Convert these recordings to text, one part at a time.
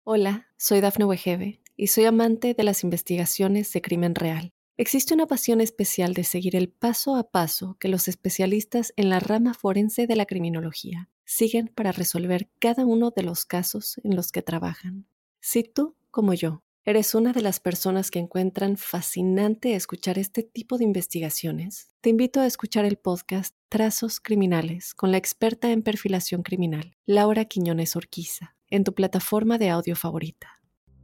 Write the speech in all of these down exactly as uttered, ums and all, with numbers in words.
Hola, soy Dafne Wegebe y soy amante de las investigaciones de crimen real. Existe una pasión especial de seguir el paso a paso que los especialistas en la rama forense de la criminología siguen para resolver cada uno de los casos en los que trabajan. Si tú, como yo, eres una de las personas que encuentran fascinante escuchar este tipo de investigaciones, te invito a escuchar el podcast Trazos Criminales con la experta en perfilación criminal, Laura Quiñones Orquiza, en tu plataforma de audio favorita.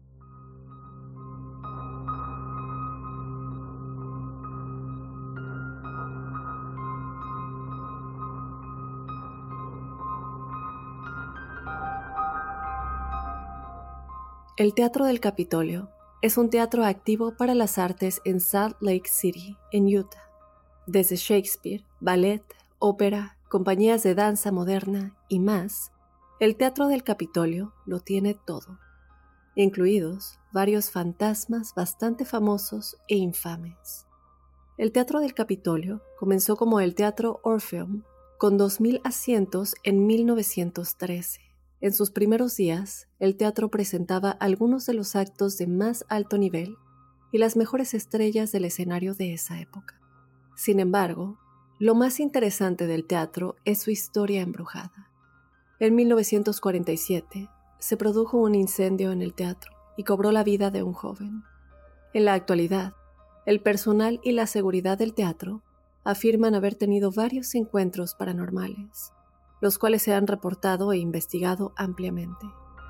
El Teatro del Capitolio es un teatro activo para las artes en Salt Lake City, en Utah. Desde Shakespeare, ballet, ópera, compañías de danza moderna y más, el Teatro del Capitolio lo tiene todo, incluidos varios fantasmas bastante famosos e infames. El Teatro del Capitolio comenzó como el Teatro Orpheum, con dos mil asientos en mil novecientos trece. En sus primeros días, el teatro presentaba algunos de los actos de más alto nivel y las mejores estrellas del escenario de esa época. Sin embargo, lo más interesante del teatro es su historia embrujada. En mil novecientos cuarenta y siete, se produjo un incendio en el teatro y cobró la vida de un joven. En la actualidad, el personal y la seguridad del teatro afirman haber tenido varios encuentros paranormales, los cuales se han reportado e investigado ampliamente.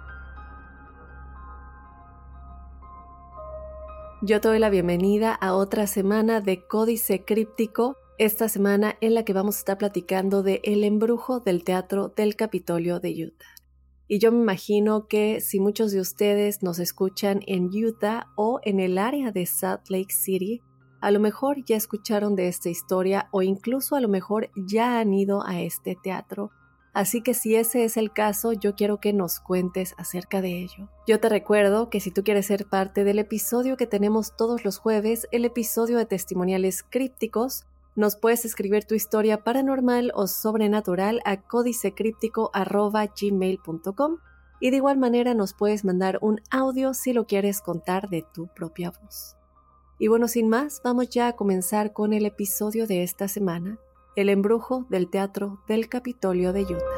Yo te doy la bienvenida a otra semana de Códice Críptico, esta semana en la que vamos a estar platicando de El embrujo del Teatro del Capitolio de Utah. Y yo me imagino que si muchos de ustedes nos escuchan en Utah o en el área de Salt Lake City, a lo mejor ya escucharon de esta historia o incluso a lo mejor ya han ido a este teatro. Así que si ese es el caso, yo quiero que nos cuentes acerca de ello. Yo te recuerdo que si tú quieres ser parte del episodio que tenemos todos los jueves, el episodio de testimoniales crípticos, nos puedes escribir tu historia paranormal o sobrenatural a códicecríptico arroba gmail punto com y de igual manera nos puedes mandar un audio si lo quieres contar de tu propia voz. Y bueno, sin más, vamos ya a comenzar con el episodio de esta semana, El embrujo del Teatro del Capitolio de Utah.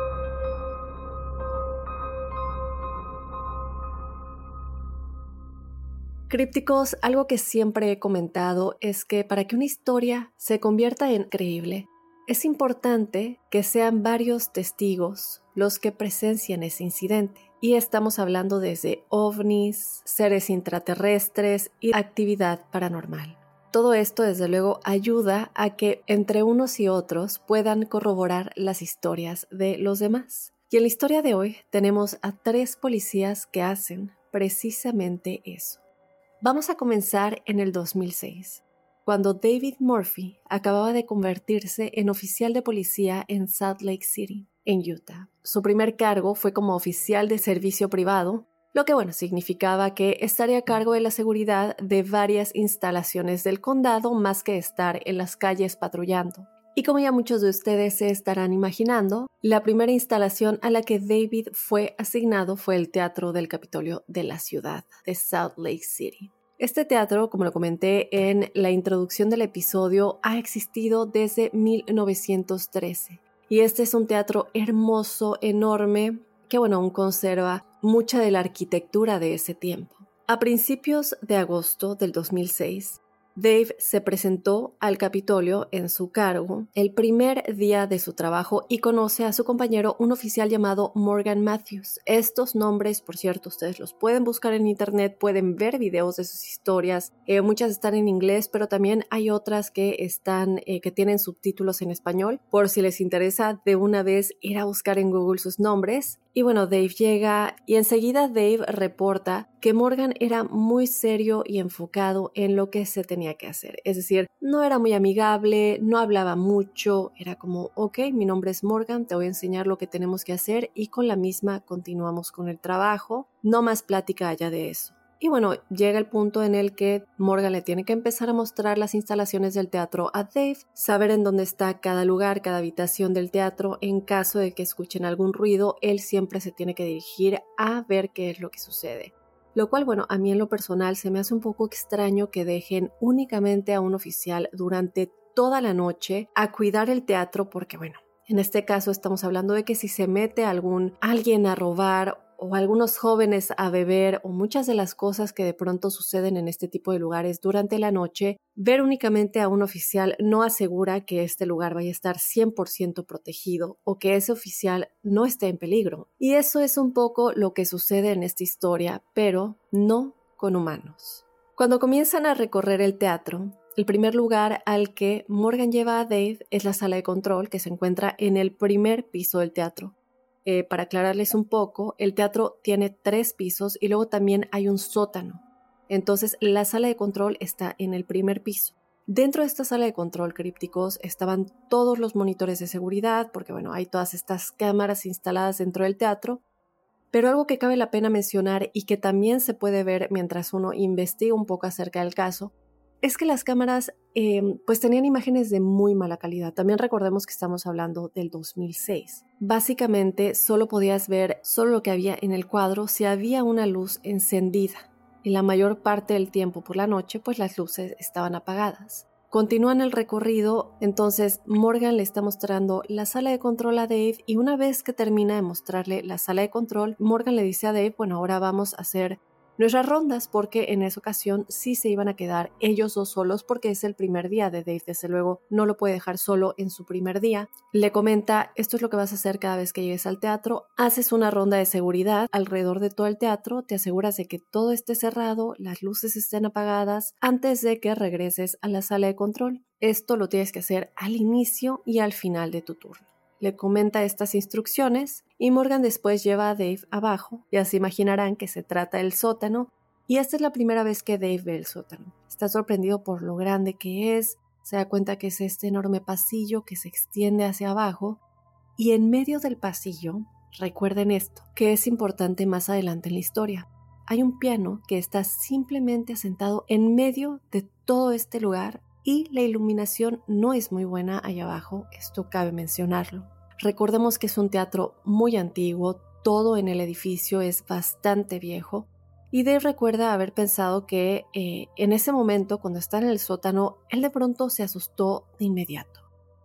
Crípticos, algo que siempre he comentado es que para que una historia se convierta en creíble, es importante que sean varios testigos los que presencien ese incidente. Y estamos hablando desde ovnis, seres intraterrestres y actividad paranormal. Todo esto, desde luego, ayuda a que entre unos y otros puedan corroborar las historias de los demás. Y en la historia de hoy tenemos a tres policías que hacen precisamente eso. Vamos a comenzar en el dos mil seis, cuando David Murphy acababa de convertirse en oficial de policía en Salt Lake City, en Utah. Su primer cargo fue como oficial de servicio privado, lo que bueno, significaba que estaría a cargo de la seguridad de varias instalaciones del condado más que estar en las calles patrullando. Y como ya muchos de ustedes se estarán imaginando, la primera instalación a la que David fue asignado fue el Teatro del Capitolio de la ciudad de Salt Lake City. Este teatro, como lo comenté en la introducción del episodio, ha existido desde mil novecientos trece. Y este es un teatro hermoso, enorme, que bueno, aún conserva mucha de la arquitectura de ese tiempo. A principios de agosto del dos mil seis, Dave se presentó al Capitolio en su cargo el primer día de su trabajo y conoce a su compañero, un oficial llamado Morgan Matthews. Estos nombres, por cierto, ustedes los pueden buscar en internet, pueden ver videos de sus historias. Eh, muchas están en inglés, pero también hay otras que están, eh, que tienen subtítulos en español, por si les interesa de una vez ir a buscar en Google sus nombres. Y bueno, Dave llega y enseguida Dave reporta que Morgan era muy serio y enfocado en lo que se tenía que hacer. Es decir, no era muy amigable, no hablaba mucho, era como, ok, mi nombre es Morgan, te voy a enseñar lo que tenemos que hacer y con la misma continuamos con el trabajo, no más plática allá de eso. Y bueno, llega el punto en el que Morgan le tiene que empezar a mostrar las instalaciones del teatro a Dave, saber en dónde está cada lugar, cada habitación del teatro. En caso de que escuchen algún ruido, él siempre se tiene que dirigir a ver qué es lo que sucede. Lo cual, bueno, a mí en lo personal se me hace un poco extraño que dejen únicamente a un oficial durante toda la noche a cuidar el teatro, porque bueno, en este caso estamos hablando de que si se mete algún alguien a robar o algunos jóvenes a beber o muchas de las cosas que de pronto suceden en este tipo de lugares durante la noche, ver únicamente a un oficial no asegura que este lugar vaya a estar cien por ciento protegido o que ese oficial no esté en peligro. Y eso es un poco lo que sucede en esta historia, pero no con humanos. Cuando comienzan a recorrer el teatro, el primer lugar al que Morgan lleva a Dave es la sala de control, que se encuentra en el primer piso del teatro. Eh, para aclararles un poco, el teatro tiene tres pisos y luego también hay un sótano. Entonces, la sala de control está en el primer piso. Dentro de esta sala de control, crípticos, estaban todos los monitores de seguridad, porque bueno, hay todas estas cámaras instaladas dentro del teatro. Pero algo que cabe la pena mencionar y que también se puede ver mientras uno investiga un poco acerca del caso, es que las cámaras eh, pues tenían imágenes de muy mala calidad. También recordemos que estamos hablando del dos mil seis. Básicamente solo podías ver solo lo que había en el cuadro si había una luz encendida. Y la mayor parte del tiempo por la noche pues las luces estaban apagadas. Continúan el recorrido, entonces Morgan le está mostrando la sala de control a Dave y una vez que termina de mostrarle la sala de control, Morgan le dice a Dave, bueno, ahora vamos a hacer nuestras rondas, porque en esa ocasión sí se iban a quedar ellos dos solos porque es el primer día de Dave, desde luego no lo puede dejar solo en su primer día. Le comenta, esto es lo que vas a hacer cada vez que llegues al teatro, haces una ronda de seguridad alrededor de todo el teatro, te aseguras de que todo esté cerrado, las luces estén apagadas antes de que regreses a la sala de control. Esto lo tienes que hacer al inicio y al final de tu turno. Le comenta estas instrucciones y Morgan después lleva a Dave abajo. Ya se imaginarán que se trata del sótano y esta es la primera vez que Dave ve el sótano. Está sorprendido por lo grande que es, se da cuenta que es este enorme pasillo que se extiende hacia abajo y en medio del pasillo, recuerden esto, que es importante más adelante en la historia. Hay un piano que está simplemente asentado en medio de todo este lugar y la iluminación no es muy buena allá abajo, esto cabe mencionarlo. Recordemos que es un teatro muy antiguo, todo en el edificio es bastante viejo y Dave recuerda haber pensado que eh, en ese momento, cuando está en el sótano, él de pronto se asustó de inmediato.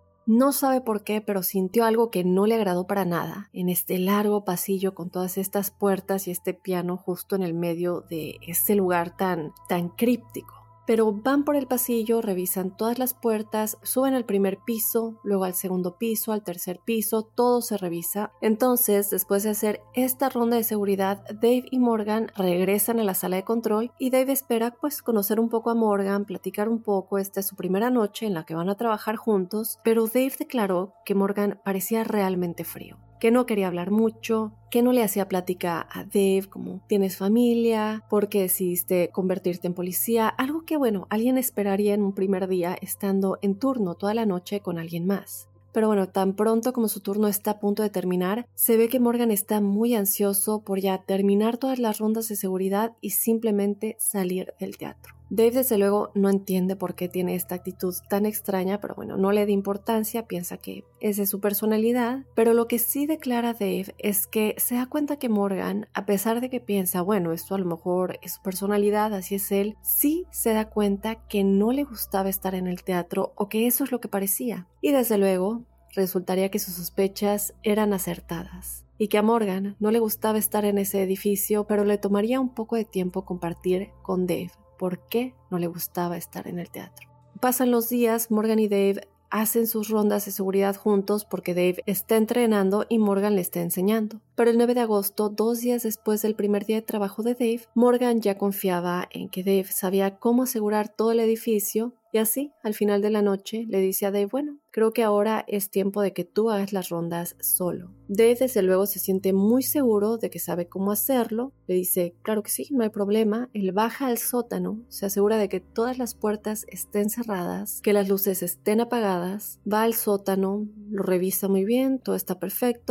No sabe por qué, pero sintió algo que no le agradó para nada en este largo pasillo con todas estas puertas y este piano justo en el medio de este lugar tan, tan críptico. Pero van por el pasillo, revisan todas las puertas, suben al primer piso, luego al segundo piso, al tercer piso, todo se revisa. Entonces, después de hacer esta ronda de seguridad, Dave y Morgan regresan a la sala de control y Dave espera pues conocer un poco a Morgan, platicar un poco. Esta es su primera noche en la que van a trabajar juntos, pero Dave declaró que Morgan parecía realmente frío, que no quería hablar mucho, que no le hacía plática a Dave como tienes familia, por qué decidiste convertirte en policía, algo que bueno, alguien esperaría en un primer día estando en turno toda la noche con alguien más. Pero bueno, tan pronto como su turno está a punto de terminar, se ve que Morgan está muy ansioso por ya terminar todas las rondas de seguridad y simplemente salir del teatro. Dave desde luego no entiende por qué tiene esta actitud tan extraña, pero bueno, no le da importancia, piensa que esa es su personalidad, pero lo que sí declara Dave es que se da cuenta que Morgan, a pesar de que piensa, bueno, esto a lo mejor es su personalidad, así es él, sí se da cuenta que no le gustaba estar en el teatro o que eso es lo que parecía. Y desde luego, resultaría que sus sospechas eran acertadas y que a Morgan no le gustaba estar en ese edificio, pero le tomaría un poco de tiempo compartir con Dave por qué no le gustaba estar en el teatro. Pasan los días, Morgan y Dave hacen sus rondas de seguridad juntos porque Dave está entrenando y Morgan le está enseñando. Pero el nueve de agosto, dos días después del primer día de trabajo de Dave, Morgan ya confiaba en que Dave sabía cómo asegurar todo el edificio y así, al final de la noche, le dice a Dave, bueno, creo que ahora es tiempo de que tú hagas las rondas solo. Dave desde luego se siente muy seguro de que sabe cómo hacerlo, le dice, claro que sí, no hay problema. Él baja al sótano, se asegura de que todas las puertas estén cerradas, que las luces estén apagadas, va al sótano, lo revisa muy bien, todo está perfecto.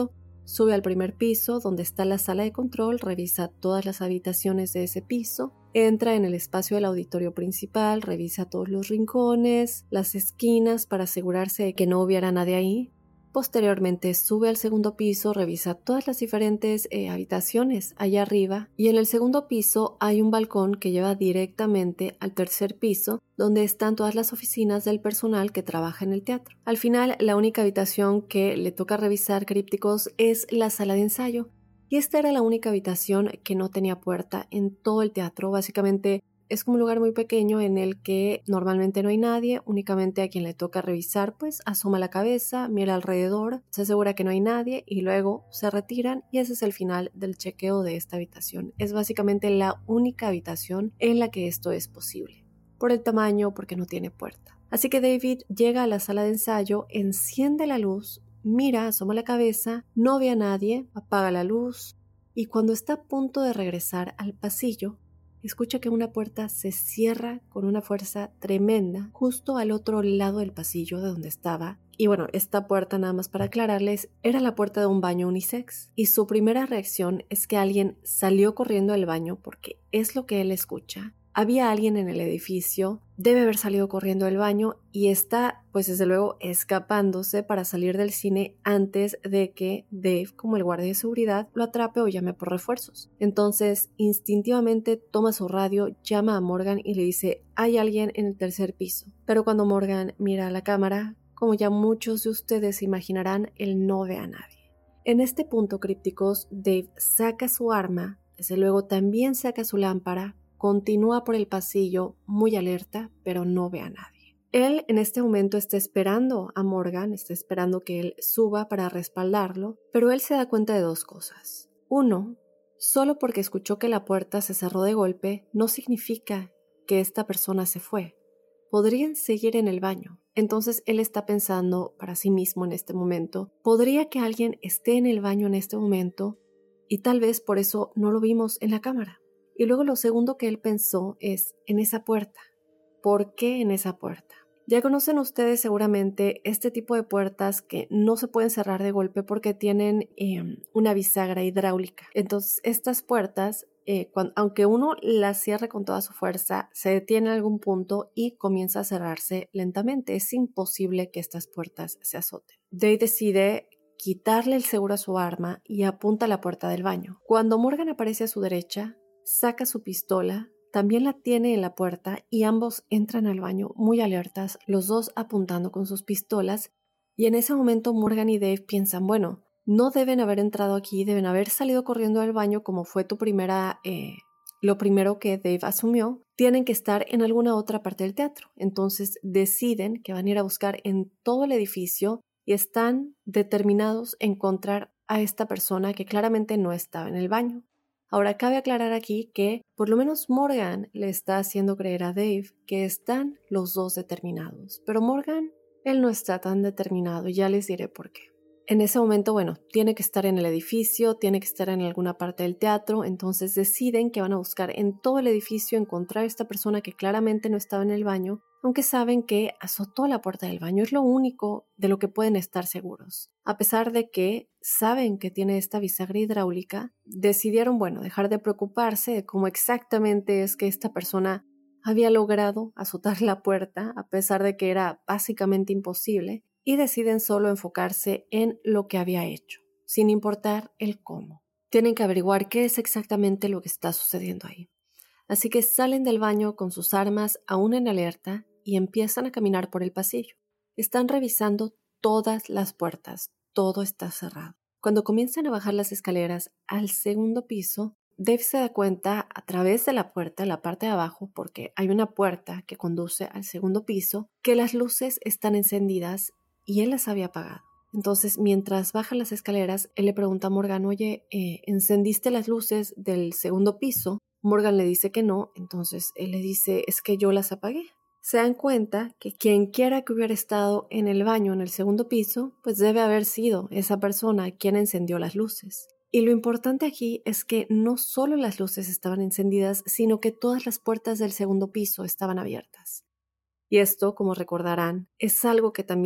sube al primer piso donde está la sala de control, revisa todas las habitaciones de ese piso, entra en el espacio del auditorio principal, revisa todos los rincones, las esquinas para asegurarse de que no hubiera nadie ahí. Posteriormente sube al segundo piso, revisa todas las diferentes eh, habitaciones allá arriba, y en el segundo piso hay un balcón que lleva directamente al tercer piso donde están todas las oficinas del personal que trabaja en el teatro. Al final, la única habitación que le toca revisar, Crípticos, es la sala de ensayo, y esta era la única habitación que no tenía puerta en todo el teatro. Básicamente es como un lugar muy pequeño en el que normalmente no hay nadie, únicamente a quien le toca revisar pues asoma la cabeza, mira alrededor, se asegura que no hay nadie y luego se retiran, y ese es el final del chequeo de esta habitación. Es básicamente la única habitación en la que esto es posible, por el tamaño, porque no tiene puerta. Así que David llega a la sala de ensayo, enciende la luz, mira, asoma la cabeza, no ve a nadie, apaga la luz, y cuando está a punto de regresar al pasillo, escucha que una puerta se cierra con una fuerza tremenda justo al otro lado del pasillo de donde estaba. Y bueno, esta puerta, nada más para aclararles, era la puerta de un baño unisex. Y su primera reacción es que alguien salió corriendo del baño, porque es lo que él escucha. Había alguien en el edificio, debe haber salido corriendo del baño y está, pues desde luego, escapándose para salir del cine antes de que Dave, como el guardia de seguridad, lo atrape o llame por refuerzos. Entonces, instintivamente toma su radio, llama a Morgan y le dice: hay alguien en el tercer piso. Pero cuando Morgan mira a la cámara, como ya muchos de ustedes se imaginarán, él no ve a nadie. En este punto, Crípticos, Dave saca su arma, desde luego también saca su lámpara, continúa por el pasillo muy alerta, pero no ve a nadie. Él en este momento está esperando a Morgan, está esperando que él suba para respaldarlo, pero él se da cuenta de dos cosas. Uno, solo porque escuchó que la puerta se cerró de golpe, no significa que esta persona se fue. Podrían seguir en el baño. Entonces él está pensando para sí mismo en este momento, ¿podría que alguien esté en el baño en este momento? Y tal vez por eso no lo vimos en la cámara. Y luego lo segundo que él pensó es en esa puerta. ¿Por qué en esa puerta? Ya conocen ustedes seguramente este tipo de puertas que no se pueden cerrar de golpe porque tienen eh, una bisagra hidráulica. Entonces estas puertas, eh, cuando, aunque uno las cierre con toda su fuerza, se detiene en algún punto y comienza a cerrarse lentamente. Es imposible que estas puertas se azoten. Dave decide quitarle el seguro a su arma y apunta a la puerta del baño. Cuando Morgan aparece a su derecha, saca su pistola, también la tiene en la puerta y ambos entran al baño muy alertas, los dos apuntando con sus pistolas, y en ese momento Morgan y Dave piensan, bueno, no deben haber entrado aquí, deben haber salido corriendo del baño como fue tu primera, eh, lo primero que Dave asumió, tienen que estar en alguna otra parte del teatro. Entonces deciden que van a ir a buscar en todo el edificio y están determinados a encontrar a esta persona que claramente no estaba en el baño. Ahora, cabe aclarar aquí que por lo menos Morgan le está haciendo creer a Dave que están los dos determinados. Pero Morgan, él no está tan determinado y ya les diré por qué. En ese momento, bueno, tiene que estar en el edificio, tiene que estar en alguna parte del teatro, entonces deciden que van a buscar en todo el edificio encontrar a esta persona que claramente no estaba en el baño, aunque saben que azotó la puerta del baño. Es lo único de lo que pueden estar seguros. A pesar de que saben que tiene esta bisagra hidráulica, decidieron, bueno, dejar de preocuparse de cómo exactamente es que esta persona había logrado azotar la puerta, a pesar de que era básicamente imposible, y deciden solo enfocarse en lo que había hecho, sin importar el cómo. Tienen que averiguar qué es exactamente lo que está sucediendo ahí. Así que salen del baño con sus armas aún en alerta y empiezan a caminar por el pasillo. Están revisando todas las puertas, todo está cerrado. Cuando comienzan a bajar las escaleras al segundo piso, Dave se da cuenta a través de la puerta, la parte de abajo, porque hay una puerta que conduce al segundo piso, que las luces están encendidas y él las había apagado. Entonces, mientras baja las escaleras, él le pregunta a Morgan, oye, eh, ¿encendiste las luces del segundo piso? Morgan le dice que no, entonces él le dice, es que yo las apagué. Se dan cuenta que quien quiera que hubiera estado en el baño en el segundo piso, pues debe haber sido esa persona quien encendió las luces. Y lo importante aquí es que no solo las luces estaban encendidas, sino que todas las puertas del segundo piso estaban abiertas. Y esto, como recordarán, es algo que también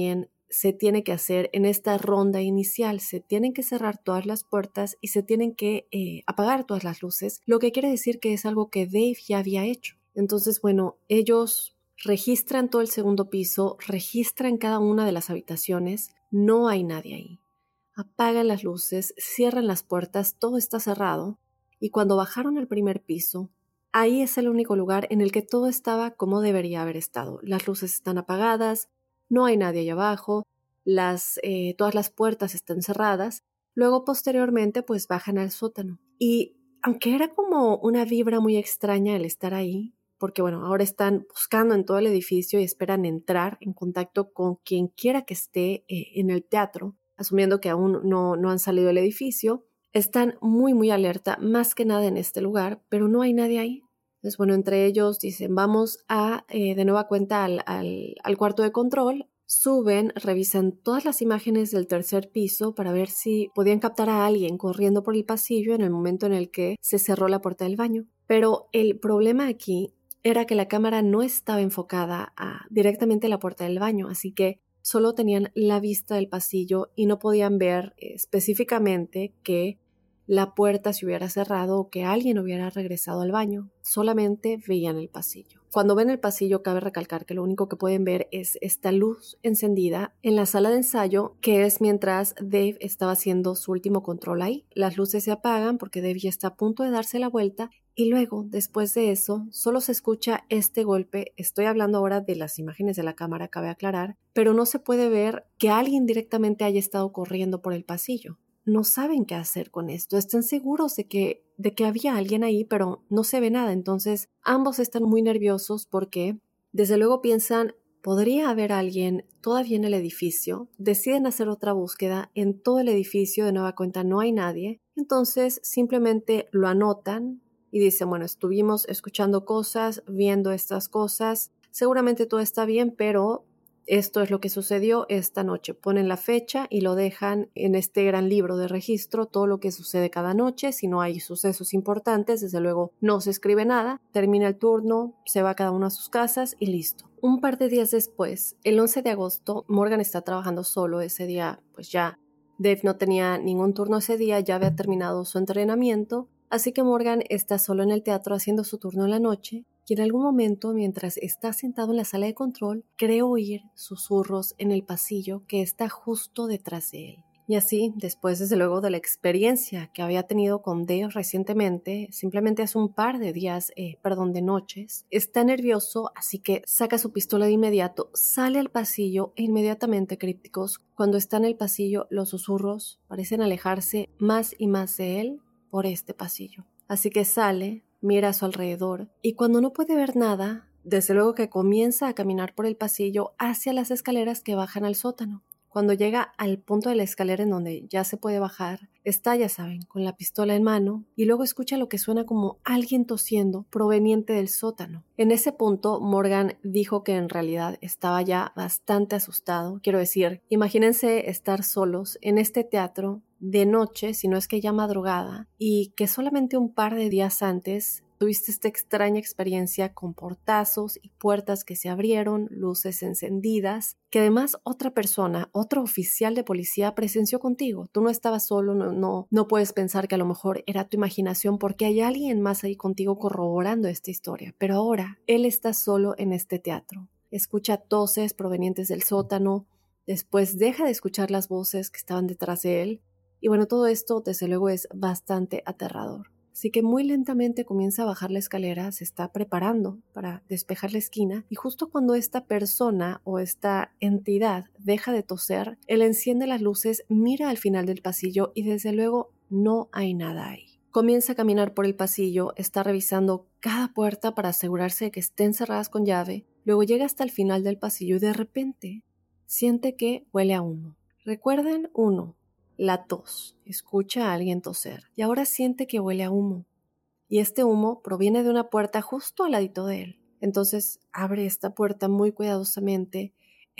se tiene que hacer en esta ronda inicial. Se tienen que cerrar todas las puertas y se tienen que eh, apagar todas las luces, lo que quiere decir que es algo que Dave ya había hecho. Entonces, bueno, ellos registran todo el segundo piso, registran cada una de las habitaciones, no hay nadie ahí. Apagan las luces, cierran las puertas, todo está cerrado, y cuando bajaron al primer piso, ahí es el único lugar en el que todo estaba como debería haber estado. Las luces están apagadas, no hay nadie allá abajo, las, eh, todas las puertas están cerradas. Luego, posteriormente, pues bajan al sótano. Y aunque era como una vibra muy extraña el estar ahí, porque bueno, ahora están buscando en todo el edificio y esperan entrar en contacto con quien quiera que esté eh, en el teatro, asumiendo que aún no, no han salido del edificio, están muy muy alerta, más que nada en este lugar, pero no hay nadie ahí. Entonces, bueno, entre ellos dicen, vamos a, eh, de nueva cuenta al, al, al cuarto de control, suben, revisan todas las imágenes del tercer piso para ver si podían captar a alguien corriendo por el pasillo en el momento en el que se cerró la puerta del baño. Pero el problema aquí era que la cámara no estaba enfocada a, directamente a la puerta del baño, así que solo tenían la vista del pasillo y no podían ver eh, específicamente que la puerta se hubiera cerrado o que alguien hubiera regresado al baño. Solamente veían el pasillo. Cuando ven el pasillo, cabe recalcar que lo único que pueden ver es esta luz encendida en la sala de ensayo, que es mientras Dave estaba haciendo su último control ahí. Las luces se apagan porque Dave ya está a punto de darse la vuelta y luego, después de eso, solo se escucha este golpe. Estoy hablando ahora de las imágenes de la cámara, cabe aclarar, pero no se puede ver que alguien directamente haya estado corriendo por el pasillo. No saben qué hacer con esto, están seguros de que, de que había alguien ahí, pero no se ve nada. Entonces ambos están muy nerviosos porque desde luego piensan, podría haber alguien todavía en el edificio. Deciden hacer otra búsqueda en todo el edificio, de nueva cuenta no hay nadie. Entonces simplemente lo anotan y dicen, bueno, estuvimos escuchando cosas, viendo estas cosas, seguramente todo está bien, pero esto es lo que sucedió esta noche. Ponen la fecha y lo dejan en este gran libro de registro, todo lo que sucede cada noche. Si no hay sucesos importantes, desde luego no se escribe nada. Termina el turno, se va cada uno a sus casas y listo. Un par de días después, el once de agosto, Morgan está trabajando solo. Ese día, pues ya, Dave no tenía ningún turno ese día, ya había terminado su entrenamiento. Así que Morgan está solo en el teatro haciendo su turno en la noche. Y en algún momento, mientras está sentado en la sala de control, cree oír susurros en el pasillo que está justo detrás de él. Y así, después desde luego de la experiencia que había tenido con Dave recientemente, simplemente hace un par de días, eh, perdón, de noches, está nervioso, así que saca su pistola de inmediato, sale al pasillo e inmediatamente, crípticos, cuando está en el pasillo, los susurros parecen alejarse más y más de él por este pasillo. Así que sale, mira a su alrededor y cuando no puede ver nada, desde luego que comienza a caminar por el pasillo hacia las escaleras que bajan al sótano. Cuando llega al punto de la escalera en donde ya se puede bajar, está, ya saben, con la pistola en mano y luego escucha lo que suena como alguien tosiendo proveniente del sótano. En ese punto, Morgan dijo que en realidad estaba ya bastante asustado. Quiero decir, imagínense estar solos en este teatro de noche, si no es que ya madrugada, y que solamente un par de días antes tuviste esta extraña experiencia con portazos y puertas que se abrieron, luces encendidas, que además otra persona, otro oficial de policía presenció contigo. Tú no estabas solo, no, no, no puedes pensar que a lo mejor era tu imaginación porque hay alguien más ahí contigo corroborando esta historia. Pero ahora él está solo en este teatro. Escucha toses provenientes del sótano, después deja de escuchar las voces que estaban detrás de él. Y bueno, todo esto desde luego es bastante aterrador. Así que muy lentamente comienza a bajar la escalera, se está preparando para despejar la esquina y justo cuando esta persona o esta entidad deja de toser, él enciende las luces, mira al final del pasillo y desde luego no hay nada ahí. Comienza a caminar por el pasillo, está revisando cada puerta para asegurarse de que estén cerradas con llave, luego llega hasta el final del pasillo y de repente siente que huele a humo. ¿Recuerdan? Uno. La tos. Escucha a alguien toser y ahora siente que huele a humo. Y este humo proviene de una puerta justo al ladito de él. Entonces abre esta puerta muy cuidadosamente,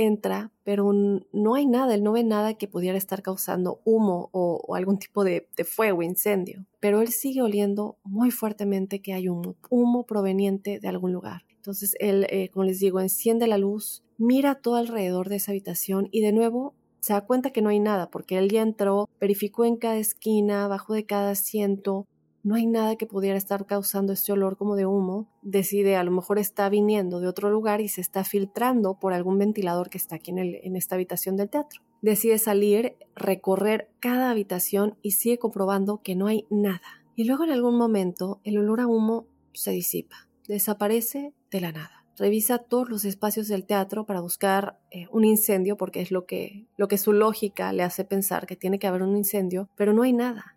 entra, pero no hay nada, él no ve nada que pudiera estar causando humo o, o algún tipo de, de fuego, incendio. Pero él sigue oliendo muy fuertemente que hay humo, humo proveniente de algún lugar. Entonces él, eh, como les digo, enciende la luz, mira todo alrededor de esa habitación y de nuevo se da cuenta que no hay nada, porque él ya entró, verificó en cada esquina, abajo de cada asiento, no hay nada que pudiera estar causando este olor como de humo. Decide, a lo mejor está viniendo de otro lugar y se está filtrando por algún ventilador que está aquí en, el, en esta habitación del teatro. Decide salir, recorrer cada habitación y sigue comprobando que no hay nada. Y luego en algún momento el olor a humo se disipa, desaparece de la nada. Revisa todos los espacios del teatro para buscar eh, un incendio, porque es lo que, lo que su lógica le hace pensar que tiene que haber un incendio, pero no hay nada.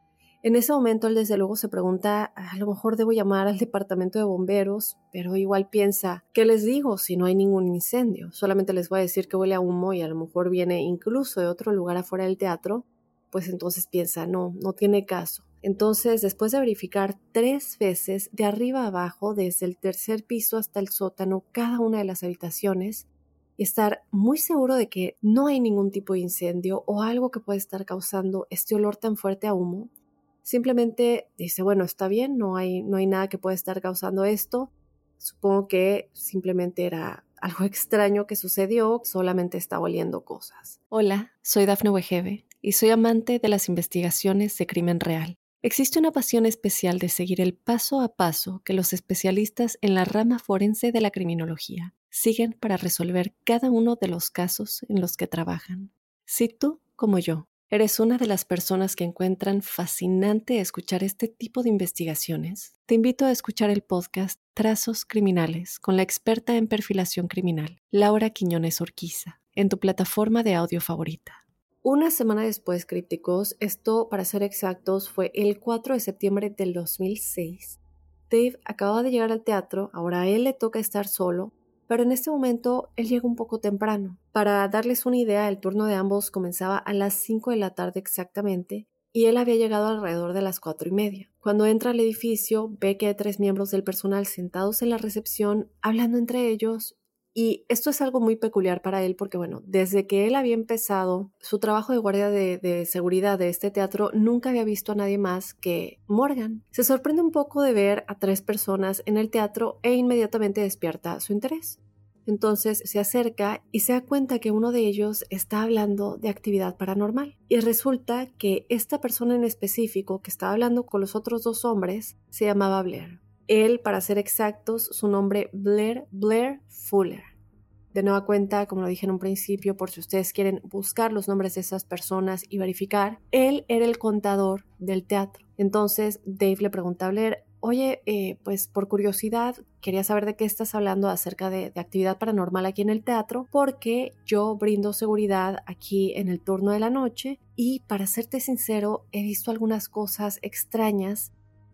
En ese momento él desde luego se pregunta, a lo mejor debo llamar al departamento de bomberos, pero igual piensa, ¿qué les digo si no hay ningún incendio? Solamente les voy a decir que huele a humo y a lo mejor viene incluso de otro lugar afuera del teatro, pues entonces piensa, no, no tiene caso. Entonces, después de verificar tres veces de arriba a abajo, desde el tercer piso hasta el sótano, cada una de las habitaciones, y estar muy seguro de que no hay ningún tipo de incendio o algo que puede estar causando este olor tan fuerte a humo, simplemente dice, bueno, está bien, no hay, no hay nada que pueda estar causando esto. Supongo que simplemente era algo extraño que sucedió, solamente está oliendo cosas. Hola, soy Dafne Wegebe y soy amante de las investigaciones de crimen real. Existe una pasión especial de seguir el paso a paso que los especialistas en la rama forense de la criminología siguen para resolver cada uno de los casos en los que trabajan. Si tú, como yo, ¿eres una de las personas que encuentran fascinante escuchar este tipo de investigaciones? Te invito a escuchar el podcast Trazos Criminales con la experta en perfilación criminal, Laura Quiñones Orquiza, en tu plataforma de audio favorita. Una semana después, crípticos, esto para ser exactos fue el cuatro de septiembre del dos mil seis, Dave acababa de llegar al teatro, ahora a él le toca estar solo, pero en este momento él llega un poco temprano. Para darles una idea, el turno de ambos comenzaba a las cinco de la tarde exactamente y él había llegado alrededor de las cuatro y media. Cuando entra al edificio, ve que hay tres miembros del personal sentados en la recepción, hablando entre ellos, y esto es algo muy peculiar para él porque, bueno, desde que él había empezado su trabajo de guardia de, de seguridad de este teatro, nunca había visto a nadie más que Morgan. Se sorprende un poco de ver a tres personas en el teatro e inmediatamente despierta su interés. Entonces se acerca y se da cuenta que uno de ellos está hablando de actividad paranormal. Y resulta que esta persona en específico que estaba hablando con los otros dos hombres se llamaba Blair. Él, para ser exactos, su nombre Blair, Blair Fuller. De nueva cuenta, como lo dije en un principio, por si ustedes quieren buscar los nombres de esas personas y verificar, él era el contador del teatro. Entonces Dave le pregunta a Blair, oye, eh, pues por curiosidad, quería saber de qué estás hablando acerca de, de actividad paranormal aquí en el teatro, porque yo brindo seguridad aquí en el turno de la noche y, para serte sincero, he visto algunas cosas extrañas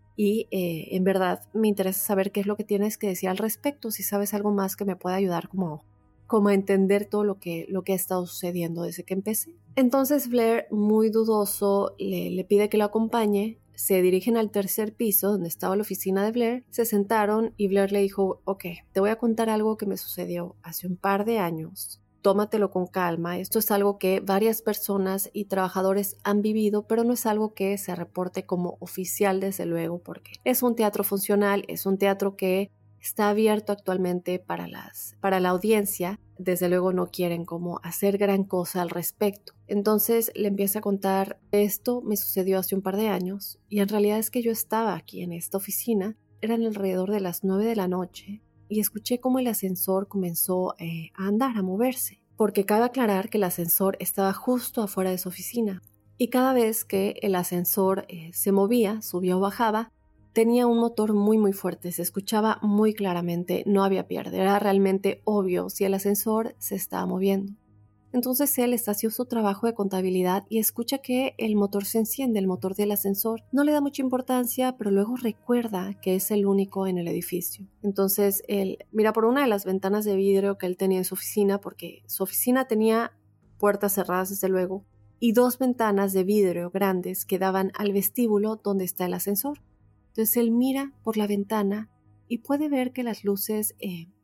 y eh, en verdad me interesa saber qué es lo que tienes que decir al respecto, si sabes algo más que me pueda ayudar como, como a entender todo lo que, lo que ha estado sucediendo desde que empecé. Entonces Blair, muy dudoso, le, le pide que lo acompañe. Se dirigen al tercer piso donde estaba la oficina de Blair, se sentaron y Blair le dijo, ok, te voy a contar algo que me sucedió hace un par de años. Tómatelo con calma, esto es algo que varias personas y trabajadores han vivido, pero no es algo que se reporte como oficial desde luego, porque es un teatro funcional, es un teatro que está abierto actualmente para, las, para la audiencia. Desde luego no quieren como hacer gran cosa al respecto. Entonces le empieza a contar, esto me sucedió hace un par de años y en realidad es que yo estaba aquí en esta oficina, eran alrededor de las nueve de la noche y escuché cómo el ascensor comenzó eh, a andar, a moverse, porque cabe aclarar que el ascensor estaba justo afuera de su oficina y cada vez que el ascensor eh, se movía, subía o bajaba, tenía un motor muy muy fuerte, se escuchaba muy claramente, no había pierde, era realmente obvio si el ascensor se estaba moviendo. Entonces él está haciendo su trabajo de contabilidad y escucha que el motor se enciende, el motor del ascensor. No le da mucha importancia, pero luego recuerda que es el único en el edificio. Entonces él mira por una de las ventanas de vidrio que él tenía en su oficina, porque su oficina tenía puertas cerradas desde luego, y dos ventanas de vidrio grandes que daban al vestíbulo donde está el ascensor. Entonces él mira por la ventana y puede ver que las luces eh,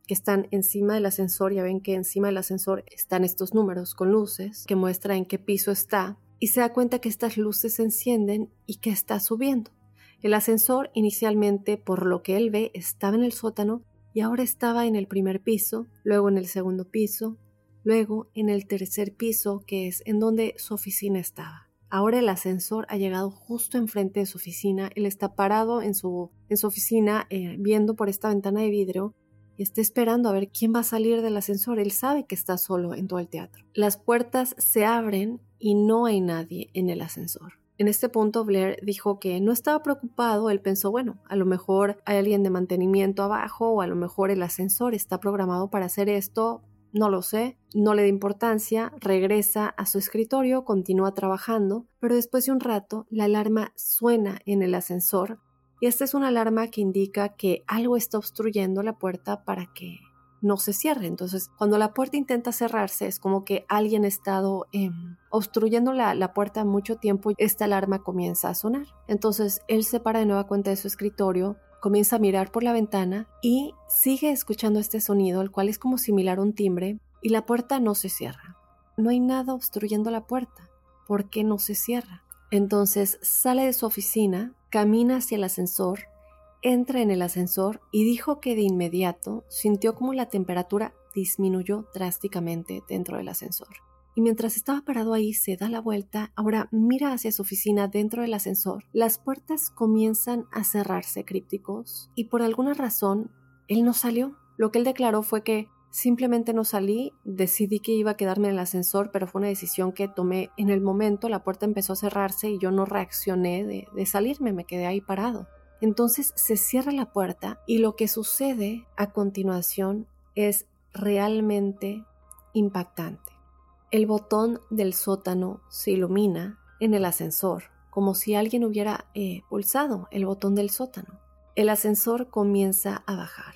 que están encima del ascensor. Ya ven que encima del ascensor están estos números con luces que muestran en qué piso está, y se da cuenta que estas luces se encienden y que está subiendo. El ascensor inicialmente, por lo que él ve, estaba en el sótano y ahora estaba en el primer piso, luego en el segundo piso, luego en el tercer piso, que es en donde su oficina estaba. Ahora el ascensor ha llegado justo enfrente de su oficina. Él está parado en su, en su oficina eh, viendo por esta ventana de vidrio y está esperando a ver quién va a salir del ascensor. Él sabe que está solo en todo el teatro. Las puertas se abren y no hay nadie en el ascensor. En este punto Blair dijo que no estaba preocupado. Él pensó, bueno, a lo mejor hay alguien de mantenimiento abajo o a lo mejor el ascensor está programado para hacer esto. No lo sé, no le da importancia, regresa a su escritorio, continúa trabajando, pero después de un rato la alarma suena en el ascensor y esta es una alarma que indica que algo está obstruyendo la puerta para que no se cierre. Entonces, cuando la puerta intenta cerrarse, es como que alguien ha estado eh, obstruyendo la, la puerta mucho tiempo y esta alarma comienza a sonar. Entonces, él se para de nueva cuenta de su escritorio, comienza a mirar por la ventana y sigue escuchando este sonido, el cual es como similar a un timbre, y la puerta no se cierra. No hay nada obstruyendo la puerta. ¿Por qué no se cierra? Entonces, sale de su oficina, camina hacia el ascensor, entra en el ascensor y dijo que de inmediato sintió como la temperatura disminuyó drásticamente dentro del ascensor. Y mientras estaba parado ahí se da la vuelta, ahora mira hacia su oficina dentro del ascensor. Las puertas comienzan a cerrarse crípticos y por alguna razón él no salió. Lo que él declaró fue que simplemente no salí, decidí que iba a quedarme en el ascensor, pero fue una decisión que tomé en el momento. La puerta empezó a cerrarse y yo no reaccioné de, de salirme, me quedé ahí parado. Entonces se cierra la puerta y lo que sucede a continuación es realmente impactante. El botón del sótano se ilumina en el ascensor, como si alguien hubiera eh, pulsado el botón del sótano. El ascensor comienza a bajar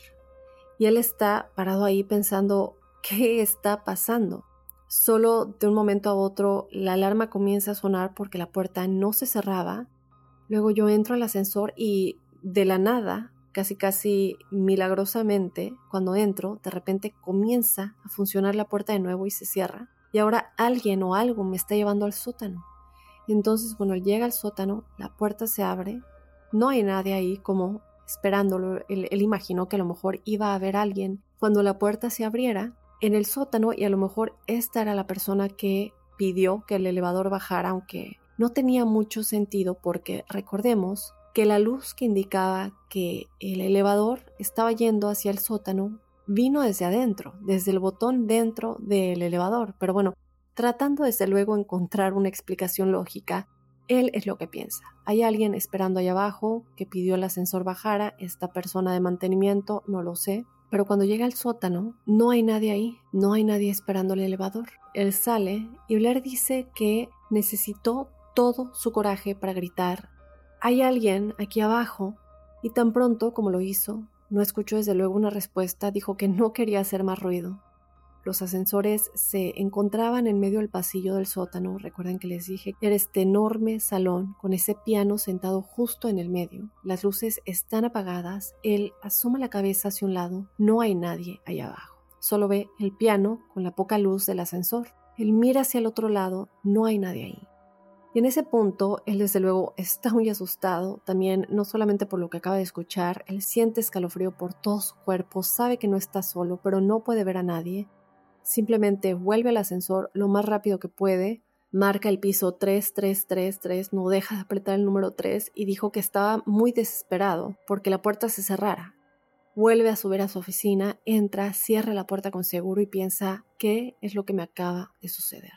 y él está parado ahí pensando, ¿qué está pasando? Solo de un momento a otro la alarma comienza a sonar porque la puerta no se cerraba. Luego yo entro al ascensor y de la nada, casi casi milagrosamente, cuando entro, de repente comienza a funcionar la puerta de nuevo y se cierra. Y ahora alguien o algo me está llevando al sótano. Entonces, bueno, él llega al sótano, la puerta se abre, no hay nadie ahí como esperándolo. Él, él imaginó que a lo mejor iba a haber alguien cuando la puerta se abriera en el sótano y a lo mejor esta era la persona que pidió que el elevador bajara, aunque no tenía mucho sentido porque recordemos que la luz que indicaba que el elevador estaba yendo hacia el sótano vino desde adentro, desde el botón dentro del elevador. Pero bueno, tratando desde luego de encontrar una explicación lógica, él es lo que piensa. Hay alguien esperando allá abajo que pidió el ascensor bajara, esta persona de mantenimiento, no lo sé. Pero cuando llega al sótano, no hay nadie ahí, no hay nadie esperando el elevador. Él sale y Blair dice que necesitó todo su coraje para gritar, hay alguien aquí abajo, y tan pronto como lo hizo, no escuchó desde luego una respuesta, dijo que no quería hacer más ruido. Los ascensores se encontraban en medio del pasillo del sótano. Recuerden que les dije que era este enorme salón con ese piano sentado justo en el medio. Las luces están apagadas, él asoma la cabeza hacia un lado, no hay nadie allá abajo. Solo ve el piano con la poca luz del ascensor. Él mira hacia el otro lado, no hay nadie ahí. Y en ese punto, él desde luego está muy asustado, también no solamente por lo que acaba de escuchar, él siente escalofrío por todo su cuerpo, sabe que no está solo, pero no puede ver a nadie. Simplemente vuelve al ascensor lo más rápido que puede, marca el piso tres tres tres tres, no deja de apretar el número tres y dijo que estaba muy desesperado porque la puerta se cerrara. Vuelve a subir a su oficina, entra, cierra la puerta con seguro y piensa, ¿qué es lo que me acaba de suceder?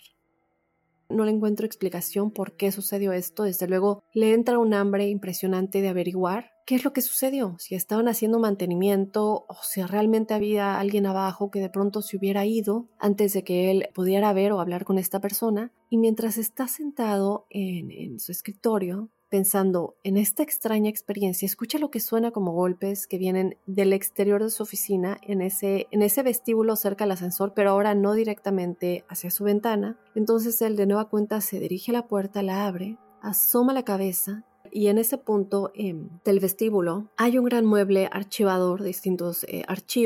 No le encuentro explicación por qué sucedió esto. Desde luego le entra un hambre impresionante de averiguar qué es lo que sucedió, si estaban haciendo mantenimiento o si realmente había alguien abajo que de pronto se hubiera ido antes de que él pudiera ver o hablar con esta persona. Y mientras está sentado en, en su escritorio pensando en esta extraña experiencia, escucha lo que suena como golpes que vienen del exterior de su oficina en ese, en ese vestíbulo cerca del ascensor, pero ahora no directamente hacia su ventana. Entonces él de nueva cuenta se dirige a la puerta, la abre, asoma la cabeza y en ese punto eh, del vestíbulo hay un gran mueble archivador de distintos eh, archivos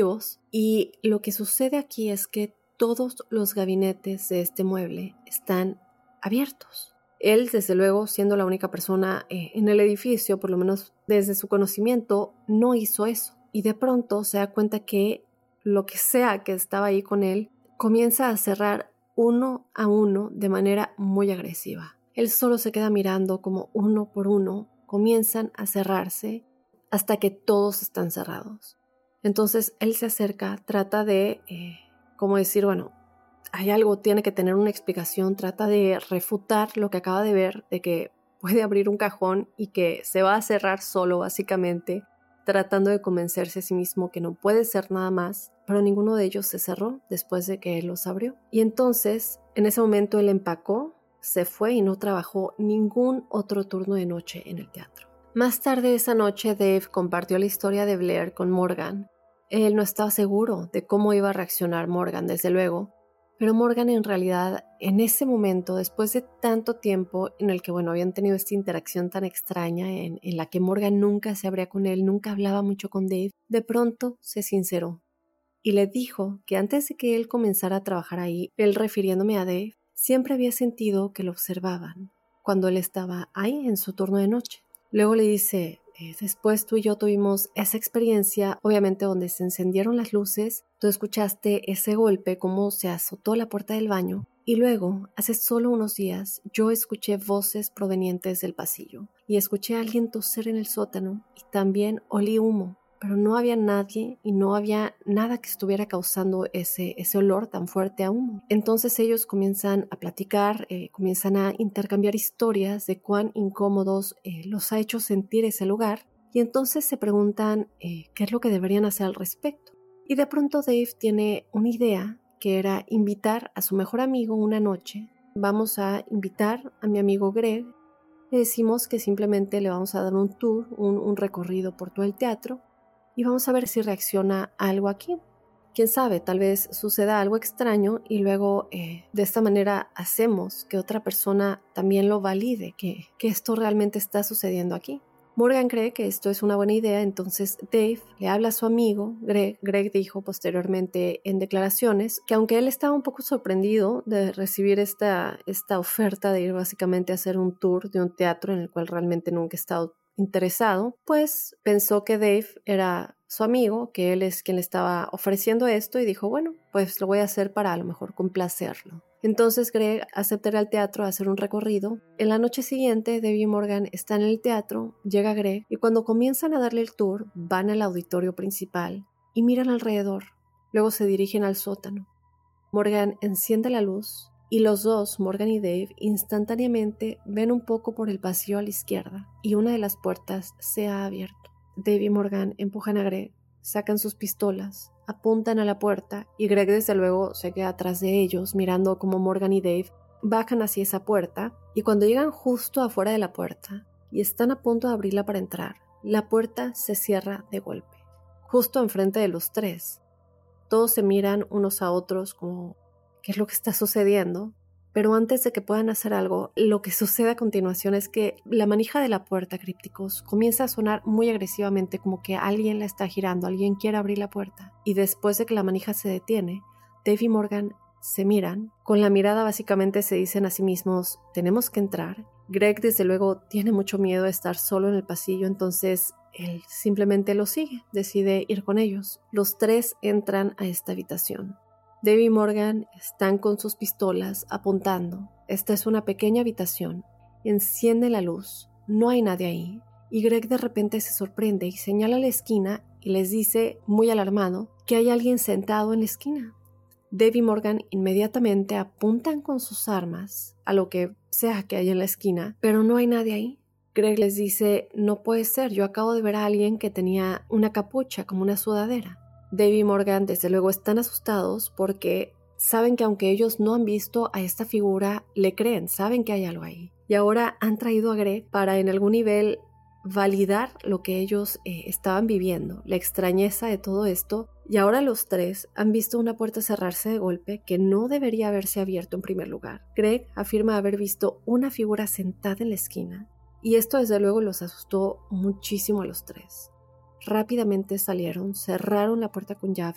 Y lo que sucede aquí es que todos los gabinetes de este mueble están abiertos. Él, desde luego, siendo la única persona eh, en el edificio, por lo menos desde su conocimiento, no hizo eso. Y de pronto se da cuenta que lo que sea que estaba ahí con él comienza a cerrar uno a uno de manera muy agresiva. Él solo se queda mirando como uno por uno comienzan a cerrarse hasta que todos están cerrados. Entonces él se acerca, trata de, eh, como decir, bueno, hay algo, tiene que tener una explicación, trata de refutar lo que acaba de ver, de que puede abrir un cajón y que se va a cerrar solo, básicamente, tratando de convencerse a sí mismo que no puede ser nada más, pero ninguno de ellos se cerró después de que él los abrió. Y entonces, en ese momento él empacó, se fue y no trabajó ningún otro turno de noche en el teatro. Más tarde esa noche, Dave compartió la historia de Blair con Morgan. Él no estaba seguro de cómo iba a reaccionar Morgan, desde luego, pero Morgan en realidad, en ese momento, después de tanto tiempo en el que, bueno, habían tenido esta interacción tan extraña en, en la que Morgan nunca se abría con él, nunca hablaba mucho con Dave, de pronto se sinceró y le dijo que antes de que él comenzara a trabajar ahí, él refiriéndome a Dave, siempre había sentido que lo observaban cuando él estaba ahí en su turno de noche. Luego le dice, eh, después tú y yo tuvimos esa experiencia, obviamente donde se encendieron las luces, tú escuchaste ese golpe, cómo se azotó la puerta del baño, y luego, hace solo unos días, yo escuché voces provenientes del pasillo, y escuché a alguien toser en el sótano, y también olí humo, pero no había nadie y no había nada que estuviera causando ese, ese olor tan fuerte a humo. Entonces ellos comienzan a platicar, eh, comienzan a intercambiar historias de cuán incómodos eh, los ha hecho sentir ese lugar, y entonces se preguntan eh, qué es lo que deberían hacer al respecto. Y de pronto Dave tiene una idea que era invitar a su mejor amigo una noche. Vamos a invitar a mi amigo Greg, le decimos que simplemente le vamos a dar un tour, un, un recorrido por todo el teatro, y vamos a ver si reacciona a algo aquí. Quién sabe, tal vez suceda algo extraño y luego eh, de esta manera hacemos que otra persona también lo valide, que, que esto realmente está sucediendo aquí. Morgan cree que esto es una buena idea, entonces Dave le habla a su amigo, Greg. Greg dijo posteriormente en declaraciones que aunque él estaba un poco sorprendido de recibir esta, esta oferta de ir básicamente a hacer un tour de un teatro en el cual realmente nunca ha estado interesado, pues pensó que Dave era su amigo, que él es quien le estaba ofreciendo esto y dijo, bueno, pues lo voy a hacer para a lo mejor complacerlo. Entonces Greg acepta ir al teatro a hacer un recorrido. En la noche siguiente, Dave y Morgan están en el teatro, llega Greg y cuando comienzan a darle el tour, van al auditorio principal y miran alrededor. Luego se dirigen al sótano. Morgan enciende la luz y los dos, Morgan y Dave, instantáneamente ven un poco por el pasillo a la izquierda y una de las puertas se ha abierto. Dave y Morgan empujan a Greg, sacan sus pistolas, apuntan a la puerta y Greg desde luego se queda atrás de ellos mirando cómo Morgan y Dave bajan hacia esa puerta y cuando llegan justo afuera de la puerta y están a punto de abrirla para entrar, la puerta se cierra de golpe, justo enfrente de los tres. Todos se miran unos a otros como ¿qué es lo que está sucediendo? Pero antes de que puedan hacer algo, lo que sucede a continuación es que la manija de la puerta, crípticos, comienza a sonar muy agresivamente, como que alguien la está girando, alguien quiere abrir la puerta. Y después de que la manija se detiene, Dave y Morgan se miran. Con la mirada básicamente se dicen a sí mismos, tenemos que entrar. Greg desde luego tiene mucho miedo de estar solo en el pasillo, entonces él simplemente lo sigue, decide ir con ellos. Los tres entran a esta habitación. Dave y Morgan están con sus pistolas apuntando. Esta es una pequeña habitación. Enciende la luz. No hay nadie ahí. Y Greg de repente se sorprende y señala a la esquina y les dice, muy alarmado, que hay alguien sentado en la esquina. Dave y Morgan inmediatamente apuntan con sus armas a lo que sea que hay en la esquina, pero no hay nadie ahí. Greg les dice, no puede ser, yo acabo de ver a alguien que tenía una capucha como una sudadera. Dave y Morgan desde luego están asustados porque saben que aunque ellos no han visto a esta figura, le creen, saben que hay algo ahí. Y ahora han traído a Greg para en algún nivel validar lo que ellos eh, estaban viviendo, la extrañeza de todo esto. Y ahora los tres han visto una puerta cerrarse de golpe que no debería haberse abierto en primer lugar. Greg afirma haber visto una figura sentada en la esquina y esto desde luego los asustó muchísimo a los tres. Rápidamente salieron, cerraron la puerta con llave,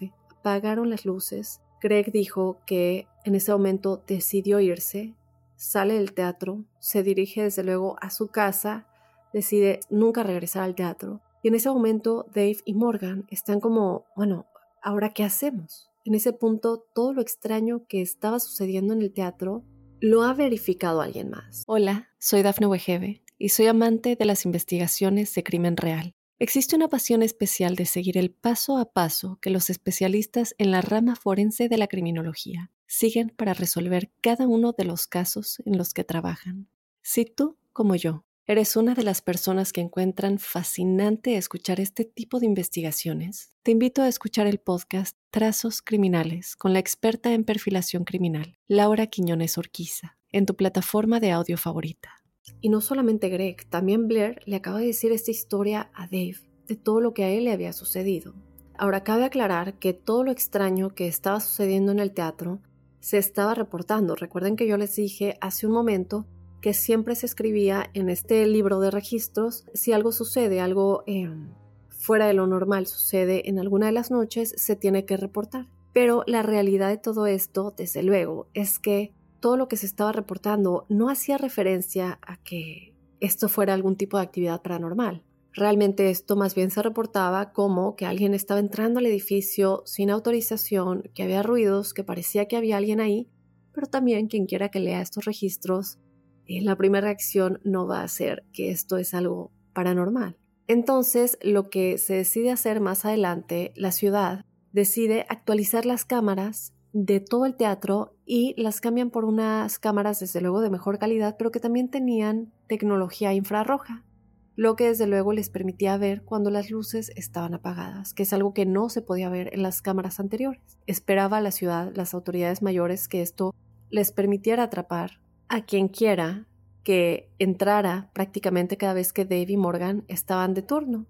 apagaron las luces, Greg dijo que en ese momento decidió irse, sale del teatro, se dirige desde luego a su casa, decide nunca regresar al teatro. Y en ese momento Dave y Morgan están como, bueno, ¿ahora qué hacemos? En ese punto, todo lo extraño que estaba sucediendo en el teatro lo ha verificado alguien más. Hola, soy Dafne Wegebe y soy amante de las investigaciones de crimen real. Existe una pasión especial de seguir el paso a paso que los especialistas en la rama forense de la criminología siguen para resolver cada uno de los casos en los que trabajan. Si tú, como yo, ¿eres una de las personas que encuentran fascinante escuchar este tipo de investigaciones? Te invito a escuchar el podcast Trazos Criminales con la experta en perfilación criminal, Laura Quiñones Orquiza, en tu plataforma de audio favorita. Y no solamente Greg, también Blair le acaba de decir esta historia a Dave de todo lo que a él le había sucedido. Ahora cabe aclarar que todo lo extraño que estaba sucediendo en el teatro se estaba reportando. Recuerden que yo les dije hace un momento que siempre se escribía en este libro de registros, si algo sucede, algo eh, fuera de lo normal sucede en alguna de las noches, se tiene que reportar. Pero la realidad de todo esto, desde luego, es que todo lo que se estaba reportando no hacía referencia a que esto fuera algún tipo de actividad paranormal. Realmente esto más bien se reportaba como que alguien estaba entrando al edificio sin autorización, que había ruidos, que parecía que había alguien ahí, pero también quien quiera que lea estos registros, la primera reacción no va a ser que esto es algo paranormal. Entonces, lo que se decide hacer más adelante, la ciudad decide actualizar las cámaras de todo el teatro y las cambian por unas cámaras desde luego de mejor calidad, pero que también tenían tecnología infrarroja, lo que desde luego les permitía ver cuando las luces estaban apagadas, que es algo que no se podía ver en las cámaras anteriores. Esperaba a la ciudad, las autoridades mayores, que esto les permitiera atrapar a quien quiera que entrara prácticamente cada vez que Dave y Morgan estaban de turno.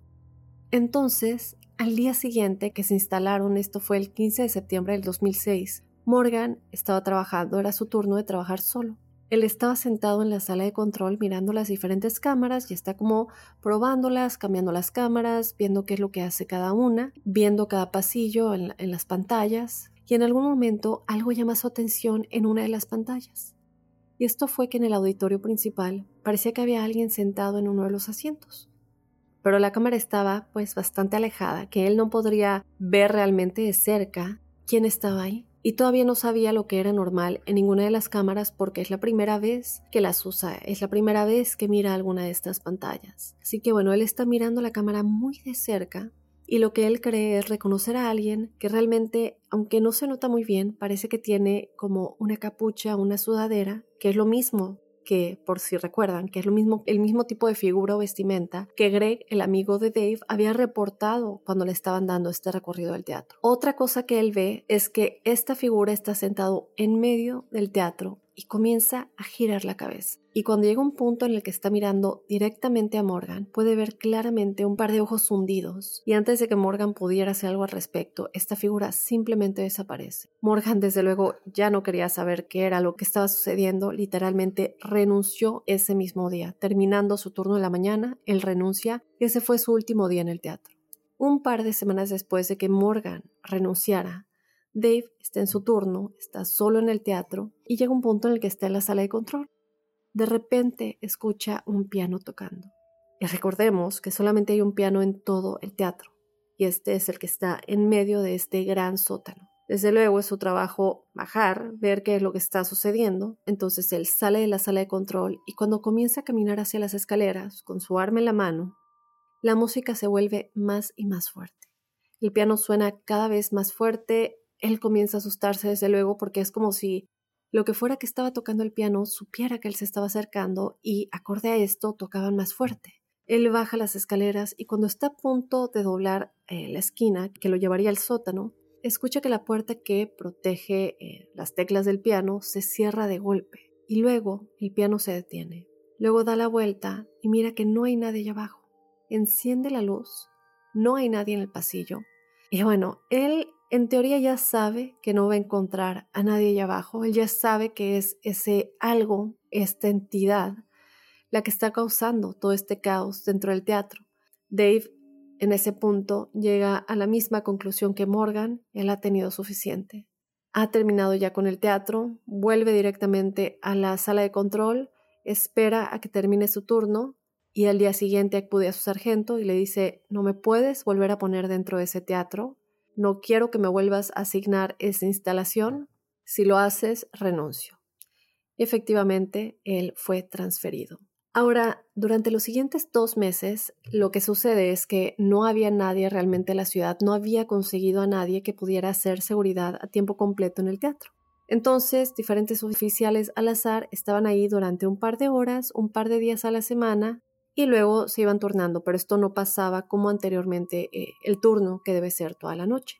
Entonces, al día siguiente que se instalaron, esto fue el quince de septiembre del dos mil seis, Morgan estaba trabajando, era su turno de trabajar solo. Él estaba sentado en la sala de control mirando las diferentes cámaras y está como probándolas, cambiando las cámaras, viendo qué es lo que hace cada una, viendo cada pasillo en, la, en las pantallas, y en algún momento algo llama su atención en una de las pantallas. Y esto fue que en el auditorio principal parecía que había alguien sentado en uno de los asientos. Pero la cámara estaba pues bastante alejada, que él no podría ver realmente de cerca quién estaba ahí. Y todavía no sabía lo que era normal en ninguna de las cámaras porque es la primera vez que las usa, es la primera vez que mira alguna de estas pantallas. Así que bueno, él está mirando la cámara muy de cerca y lo que él cree es reconocer a alguien que realmente, aunque no se nota muy bien, parece que tiene como una capucha, una sudadera, que es lo mismo que, por si recuerdan, que es lo mismo, el mismo tipo de figura o vestimenta que Greg, el amigo de Dave, había reportado cuando le estaban dando este recorrido del teatro. Otra cosa que él ve es que esta figura está sentado en medio del teatro y comienza a girar la cabeza. Y cuando llega un punto en el que está mirando directamente a Morgan, puede ver claramente un par de ojos hundidos. Y antes de que Morgan pudiera hacer algo al respecto, esta figura simplemente desaparece. Morgan, desde luego, ya no quería saber qué era lo que estaba sucediendo. Literalmente renunció ese mismo día. Terminando su turno de la mañana, él renuncia y ese fue su último día en el teatro. Un par de semanas después de que Morgan renunciara, Dave está en su turno, está solo en el teatro y llega un punto en el que está en la sala de control. De repente escucha un piano tocando. Y recordemos que solamente hay un piano en todo el teatro y este es el que está en medio de este gran sótano. Desde luego es su trabajo bajar, ver qué es lo que está sucediendo. Entonces él sale de la sala de control y cuando comienza a caminar hacia las escaleras con su arma en la mano, la música se vuelve más y más fuerte. El piano suena cada vez más fuerte. Él comienza a asustarse desde luego porque es como si lo que fuera que estaba tocando el piano supiera que él se estaba acercando y, acorde a esto, tocaban más fuerte. Él baja las escaleras y cuando está a punto de doblar eh, la esquina que lo llevaría al sótano, escucha que la puerta que protege eh, las teclas del piano se cierra de golpe y luego el piano se detiene. Luego da la vuelta y mira que no hay nadie allá abajo. Enciende la luz, no hay nadie en el pasillo. Y bueno, él en teoría ya sabe que no va a encontrar a nadie allá abajo. Él ya sabe que es ese algo, esta entidad, la que está causando todo este caos dentro del teatro. Dave en ese punto llega a la misma conclusión que Morgan. Él ha tenido suficiente. Ha terminado ya con el teatro, vuelve directamente a la sala de control, espera a que termine su turno y al día siguiente acude a su sargento y le dice: no me puedes volver a poner dentro de ese teatro, no quiero que me vuelvas a asignar esa instalación, si lo haces, renuncio. Efectivamente, él fue transferido. Ahora, durante los siguientes dos meses, lo que sucede es que no había nadie realmente en la ciudad, no había conseguido a nadie que pudiera hacer seguridad a tiempo completo en el teatro. Entonces, diferentes oficiales al azar estaban ahí durante un par de horas, un par de días a la semana, y luego se iban turnando, pero esto no pasaba como anteriormente eh, el turno que debe ser toda la noche.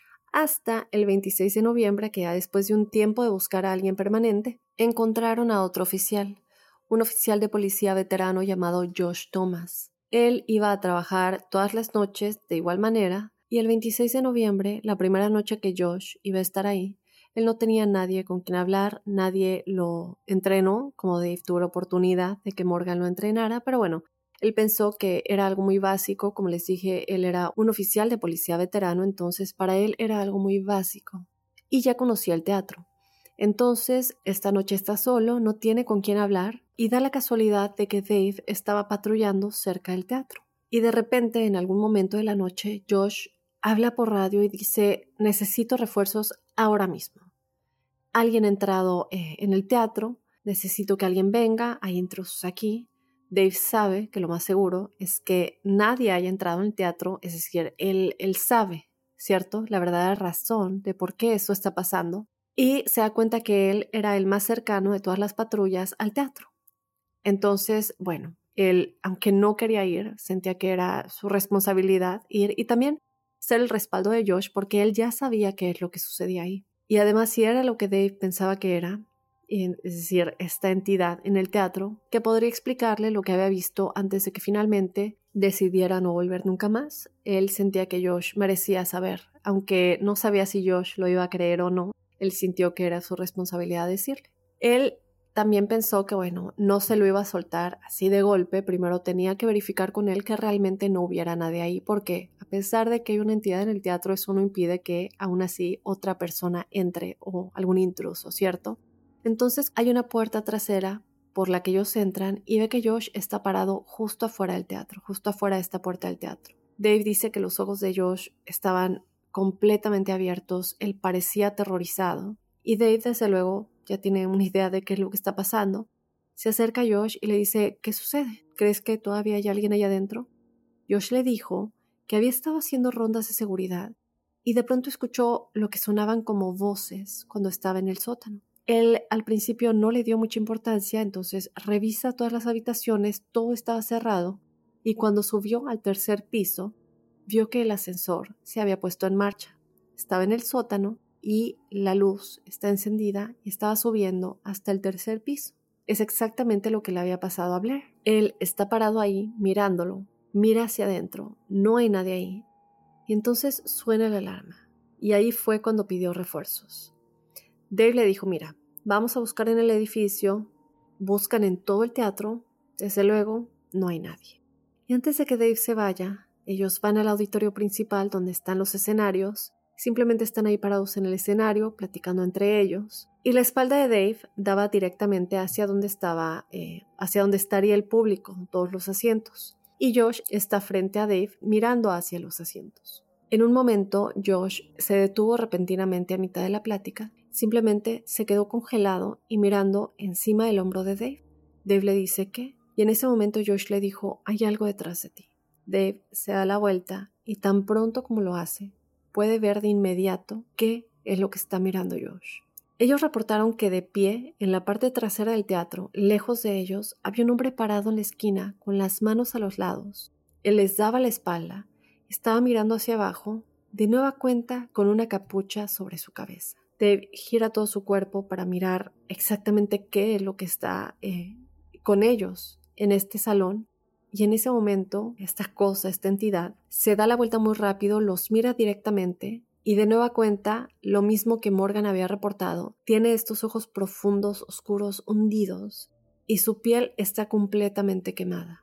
Hasta el veintiséis de noviembre, que ya después de un tiempo de buscar a alguien permanente, encontraron a otro oficial, un oficial de policía veterano llamado Josh Thomas. Él iba a trabajar todas las noches de igual manera, y el veintiséis de noviembre, la primera noche que Josh iba a estar ahí, él no tenía nadie con quien hablar, nadie lo entrenó, como Dave tuvo la oportunidad de que Morgan lo entrenara, pero bueno, él pensó que era algo muy básico. Como les dije, él era un oficial de policía veterano, entonces para él era algo muy básico. Y ya conocía el teatro. Entonces, esta noche está solo, no tiene con quién hablar, y da la casualidad de que Dave estaba patrullando cerca del teatro. Y de repente, en algún momento de la noche, Josh habla por radio y dice: necesito refuerzos ahora mismo. Alguien ha entrado eh, en el teatro, necesito que alguien venga, hay intrusos aquí. Dave sabe que lo más seguro es que nadie haya entrado en el teatro, es decir, él, él sabe, ¿cierto?, la verdadera razón de por qué eso está pasando, y se da cuenta que él era el más cercano de todas las patrullas al teatro. Entonces, bueno, él, aunque no quería ir, sentía que era su responsabilidad ir y también ser el respaldo de Josh, porque él ya sabía qué es lo que sucedía ahí. Y además, si era lo que Dave pensaba que era, es decir, esta entidad en el teatro, que podría explicarle lo que había visto antes de que finalmente decidiera no volver nunca más, él sentía que Josh merecía saber. Aunque no sabía si Josh lo iba a creer o no, él sintió que era su responsabilidad decirle. Él también pensó que, bueno, no se lo iba a soltar así de golpe. Primero tenía que verificar con él que realmente no hubiera nadie ahí, porque a pesar de que hay una entidad en el teatro, eso no impide que aún así otra persona entre o algún intruso, ¿cierto? Entonces hay una puerta trasera por la que ellos entran y ve que Josh está parado justo afuera del teatro, justo afuera de esta puerta del teatro. Dave dice que los ojos de Josh estaban completamente abiertos, él parecía aterrorizado, y Dave, desde luego, ya tiene una idea de qué es lo que está pasando. Se acerca a Josh y le dice: ¿qué sucede? ¿Crees que todavía hay alguien allá adentro? Josh le dijo que había estado haciendo rondas de seguridad y de pronto escuchó lo que sonaban como voces cuando estaba en el sótano. Él al principio no le dio mucha importancia, entonces revisa todas las habitaciones, todo estaba cerrado, y cuando subió al tercer piso, vio que el ascensor se había puesto en marcha. Estaba en el sótano y la luz está encendida y estaba subiendo hasta el tercer piso. Es exactamente lo que le había pasado a Blair. Él está parado ahí mirándolo, mira hacia adentro, no hay nadie ahí. Y entonces suena la alarma. Y ahí fue cuando pidió refuerzos. Dave le dijo: mira, vamos a buscar en el edificio, buscan en todo el teatro, desde luego no hay nadie. Y antes de que Dave se vaya, ellos van al auditorio principal donde están los escenarios, simplemente están ahí parados en el escenario, platicando entre ellos, y la espalda de Dave daba directamente hacia donde estaba, eh, hacia donde estaría el público, todos los asientos, y Josh está frente a Dave mirando hacia los asientos. En un momento, Josh se detuvo repentinamente a mitad de la plática, simplemente se quedó congelado y mirando encima del hombro de Dave. Dave le dice: ¿qué? Y en ese momento Josh le dijo: hay algo detrás de ti. Dave se da la vuelta y tan pronto como lo hace, puede ver de inmediato qué es lo que está mirando Josh. Ellos reportaron que de pie, en la parte trasera del teatro, lejos de ellos, había un hombre parado en la esquina con las manos a los lados. Él les daba la espalda, estaba mirando hacia abajo, de nueva cuenta con una capucha sobre su cabeza. Dave gira todo su cuerpo para mirar exactamente qué es lo que está eh, con ellos en este salón, y en ese momento esta cosa, esta entidad, se da la vuelta muy rápido, los mira directamente y de nueva cuenta, lo mismo que Morgan había reportado, tiene estos ojos profundos, oscuros, hundidos, y su piel está completamente quemada.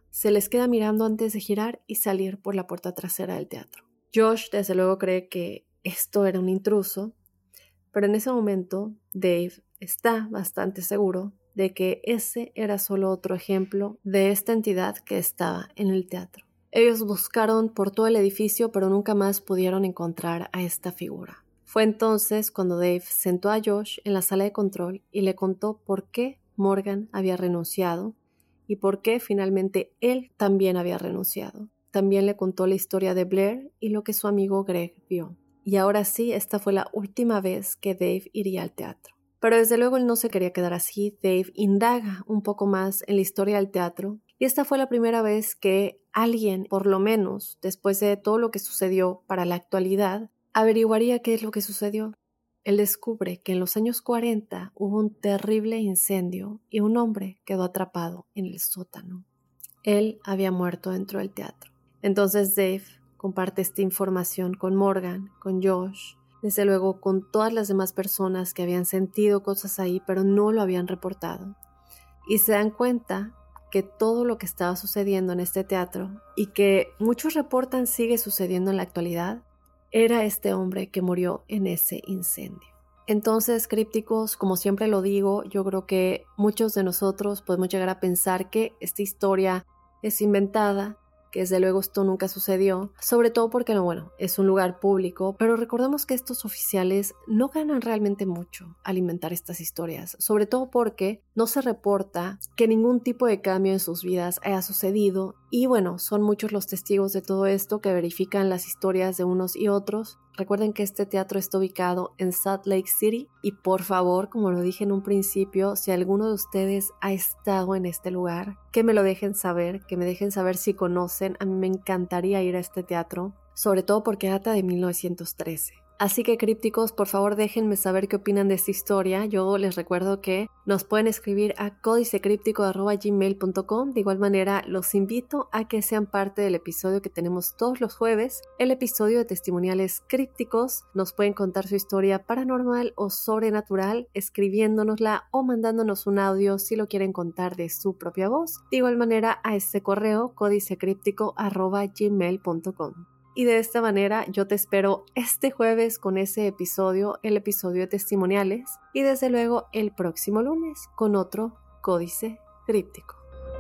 se les queda mirando antes de girar y salir por la puerta trasera del teatro. Josh desde luego cree que esto era un intruso, pero en ese momento Dave está bastante seguro de que ese era solo otro ejemplo de esta entidad que estaba en el teatro. Ellos buscaron por todo el edificio, pero nunca más pudieron encontrar a esta figura. Fue entonces cuando Dave sentó a Josh en la sala de control y le contó por qué Morgan había renunciado y por qué finalmente él también había renunciado. También le contó la historia de Blair y lo que su amigo Greg vio. Y ahora sí, esta fue la última vez que Dave iría al teatro. Pero desde luego él no se quería quedar así. Dave indaga un poco más en la historia del teatro y esta fue la primera vez que alguien, por lo menos después de todo lo que sucedió para la actualidad, averiguaría qué es lo que sucedió. Él descubre que en los años cuarenta hubo un terrible incendio y un hombre quedó atrapado en el sótano. Él había muerto dentro del teatro. Entonces Dave comparte esta información con Morgan, con Josh, desde luego con todas las demás personas que habían sentido cosas ahí pero no lo habían reportado. Y se dan cuenta que todo lo que estaba sucediendo en este teatro y que muchos reportan sigue sucediendo en la actualidad, era este hombre que murió en ese incendio. Entonces, crípticos, como siempre lo digo, yo creo que muchos de nosotros podemos llegar a pensar que esta historia es inventada, que desde luego esto nunca sucedió, sobre todo porque, bueno, es un lugar público, pero recordemos que estos oficiales no ganan realmente mucho al inventar estas historias, sobre todo porque no se reporta que ningún tipo de cambio en sus vidas haya sucedido y bueno, son muchos los testigos de todo esto que verifican las historias de unos y otros. Recuerden que este teatro está ubicado en Salt Lake City y por favor, como lo dije en un principio, si alguno de ustedes ha estado en este lugar, que me lo dejen saber, que me dejen saber si conocen. A mí me encantaría ir a este teatro, sobre todo porque data de mil novecientos trece. Así que crípticos, por favor déjenme saber qué opinan de esta historia. Yo les recuerdo que nos pueden escribir a códicecríptico arroba gmail punto com. De igual manera, los invito a que sean parte del episodio que tenemos todos los jueves, el episodio de testimoniales crípticos. Nos pueden contar su historia paranormal o sobrenatural escribiéndonosla o mandándonos un audio si lo quieren contar de su propia voz. De igual manera, a este correo códicecríptico arroba gmail punto com. Y de esta manera yo te espero este jueves con ese episodio, el episodio de testimoniales, y desde luego el próximo lunes con otro Códice Críptico.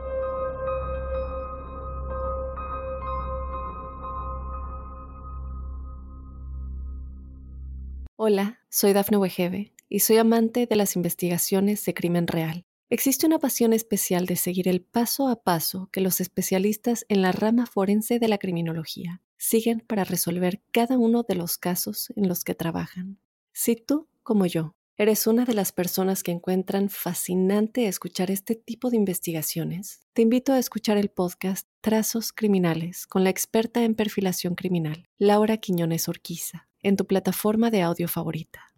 Hola, soy Dafne Wegebe y soy amante de las investigaciones de crimen real. Existe una pasión especial de seguir el paso a paso que los especialistas en la rama forense de la criminología siguen para resolver cada uno de los casos en los que trabajan. Si tú, como yo, eres una de las personas que encuentran fascinante escuchar este tipo de investigaciones, te invito a escuchar el podcast Trazos Criminales con la experta en perfilación criminal, Laura Quiñones Orquiza, en tu plataforma de audio favorita.